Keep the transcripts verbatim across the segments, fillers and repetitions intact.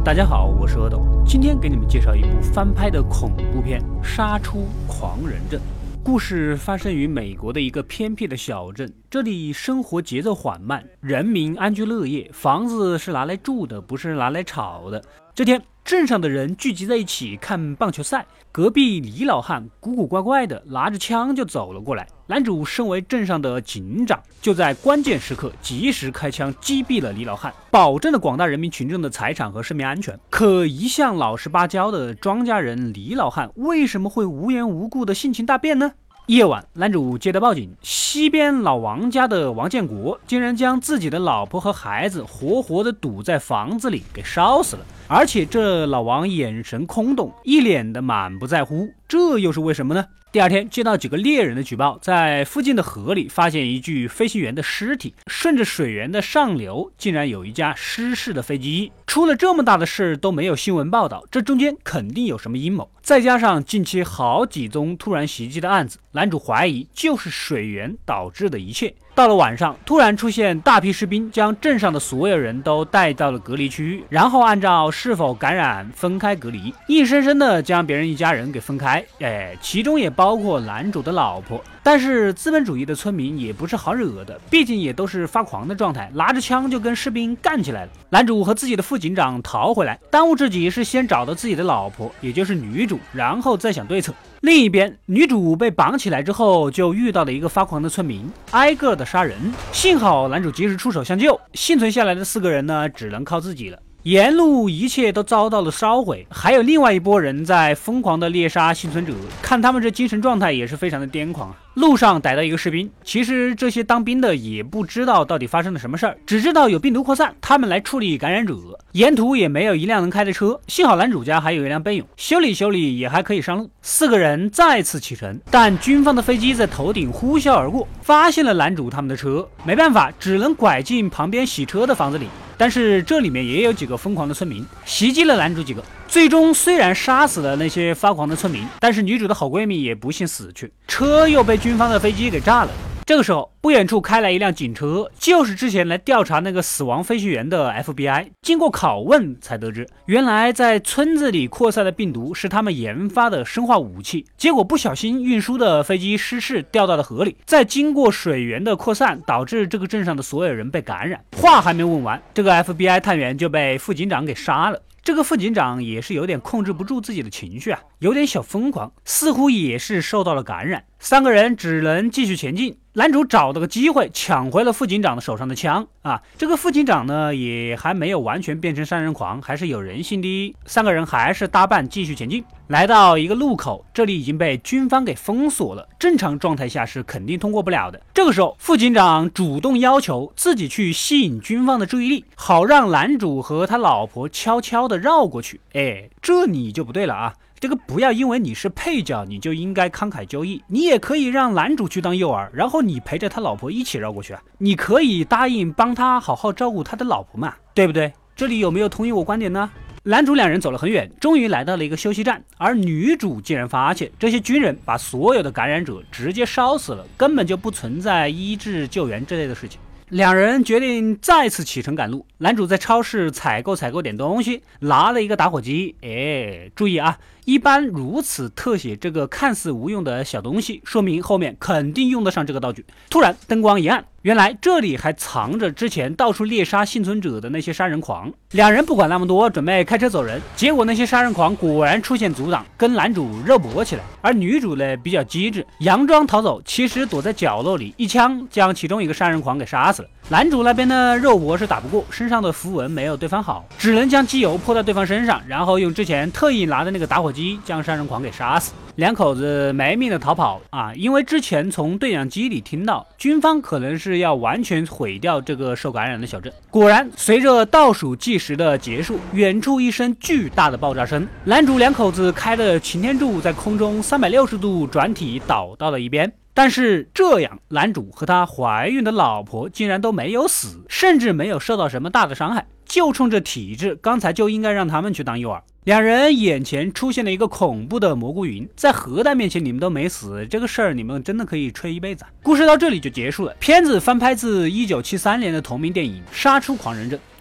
大家好，我是阿斗，今天给你们介绍一部翻拍的恐怖片《杀出狂人镇》。故事发生于美国的一个偏僻的小镇，这里生活节奏缓慢，人民安居乐业，房子是拿来住的，不是拿来炒的。这天，镇上的人聚集在一起看棒球赛，隔壁李老汉古古怪怪的拿着枪就走了过来。男主身为镇上的警长，就在关键时刻及时开枪击毙了李老汉，保证了广大人民群众的财产和生命安全。可一向老实巴交的庄稼人李老汉为什么会无缘无故的性情大变呢？夜晚，男主接到报警，西边老王家的王建国竟然将自己的老婆和孩子活活的堵在房子里给烧死了，而且这老王眼神空洞，一脸的满不在乎，这又是为什么呢？第二天接到几个猎人的举报，在附近的河里发现一具飞行员的尸体，顺着水源的上流竟然有一架失事的飞机。出了这么大的事都没有新闻报道，这中间肯定有什么阴谋。再加上近期好几宗突然袭击的案子，男主怀疑就是水源导致的一切。到了晚上，突然出现大批士兵，将镇上的所有人都带到了隔离区，然后按照是否感染分开隔离，硬生生的将别人一家人给分开。哎，其中也包括男主的老婆。但是资本主义的村民也不是好惹的，毕竟也都是发狂的状态，拿着枪就跟士兵干起来了。男主和自己的副警长逃回来，当务之急是先找到自己的老婆，也就是女主，然后再想对策。另一边，女主被绑起来之后，就遇到了一个发狂的村民，挨个的杀人。幸好男主及时出手相救，幸存下来的四个人呢，只能靠自己了。沿路一切都遭到了烧毁，还有另外一拨人在疯狂的猎杀幸存者，看他们这精神状态也是非常的癫狂啊。路上逮到一个士兵，其实这些当兵的也不知道到底发生了什么事儿，只知道有病毒扩散，他们来处理感染者。沿途也没有一辆能开的车，幸好男主家还有一辆备用，修理修理也还可以上路。四个人再次启程，但军方的飞机在头顶呼啸而过，发现了男主他们的车，没办法，只能拐进旁边洗车的房子里。但是这里面也有几个疯狂的村民，袭击了男主几个。最终虽然杀死了那些发狂的村民，但是女主的好闺蜜也不幸死去，车又被军方的飞机给炸了。这个时候，不远处开来一辆警车，就是之前来调查那个死亡飞行员的 F B I。经过拷问才得知，原来在村子里扩散的病毒是他们研发的生化武器，结果不小心运输的飞机失事掉到了河里，再经过水源的扩散，导致这个镇上的所有人被感染。话还没问完，这个 F B I 探员就被副警长给杀了。这个副警长也是有点控制不住自己的情绪啊，有点小疯狂，似乎也是受到了感染。三个人只能继续前进。男主找到个机会抢回了副警长的手上的枪啊，这个副警长呢也还没有完全变成杀人狂，还是有人性的。三个人还是搭伴继续前进，来到一个路口，这里已经被军方给封锁了，正常状态下是肯定通过不了的。这个时候，副警长主动要求自己去吸引军方的注意力，好让男主和他老婆悄悄的绕过去。哎，这你就不对了啊！这个不要因为你是配角你就应该慷慨就义，你也可以让男主去当诱饵，然后你陪着他老婆一起绕过去啊！你可以答应帮他好好照顾他的老婆嘛，对不对？这里有没有同意我观点呢？男主两人走了很远，终于来到了一个休息站，而女主竟然发现这些军人把所有的感染者直接烧死了，根本就不存在医治救援之类的事情。两人决定再次启程赶路。男主在超市采购采购点东西，拿了一个打火机。哎，注意啊，一般如此特写这个看似无用的小东西，说明后面肯定用得上这个道具。突然灯光一暗，原来这里还藏着之前到处猎杀幸存者的那些杀人狂。两人不管那么多，准备开车走人，结果那些杀人狂果然出现阻挡，跟男主肉搏起来。而女主呢比较机智，佯装逃走，其实躲在角落里，一枪将其中一个杀人狂给杀死了。男主那边呢肉搏是打不过，身上的符文没有对方好，只能将机油泼到对方身上，然后用之前特意拿的那个打火机将杀人狂给杀死。两口子没命的逃跑啊！因为之前从对讲机里听到，军方可能是要完全毁掉这个受感染的小镇。果然，随着倒数计时的结束，远处一声巨大的爆炸声，男主两口子开的擎天柱在空中三百六十度转体倒到了一边。但是这样，男主和他怀孕的老婆竟然都没有死，甚至没有受到什么大的伤害，就冲着体质，刚才就应该让他们去当诱饵。两人眼前出现了一个恐怖的蘑菇云，在核弹面前你们都没死，这个事儿你们真的可以吹一辈子。故事到这里就结束了。片子翻拍自一九七三年的同名电影《杀出狂人镇》，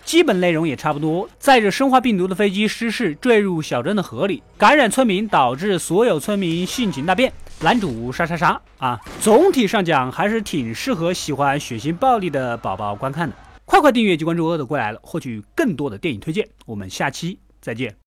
基本内容也差不多，载着生化病毒的飞机失事坠入小镇的河里，感染村民，导致所有村民性情大变，男主杀杀杀啊！总体上讲还是挺适合喜欢血腥暴力的宝宝观看的。快快订阅及关注“恶的归来了”，获取更多的电影推荐。我们下期再见。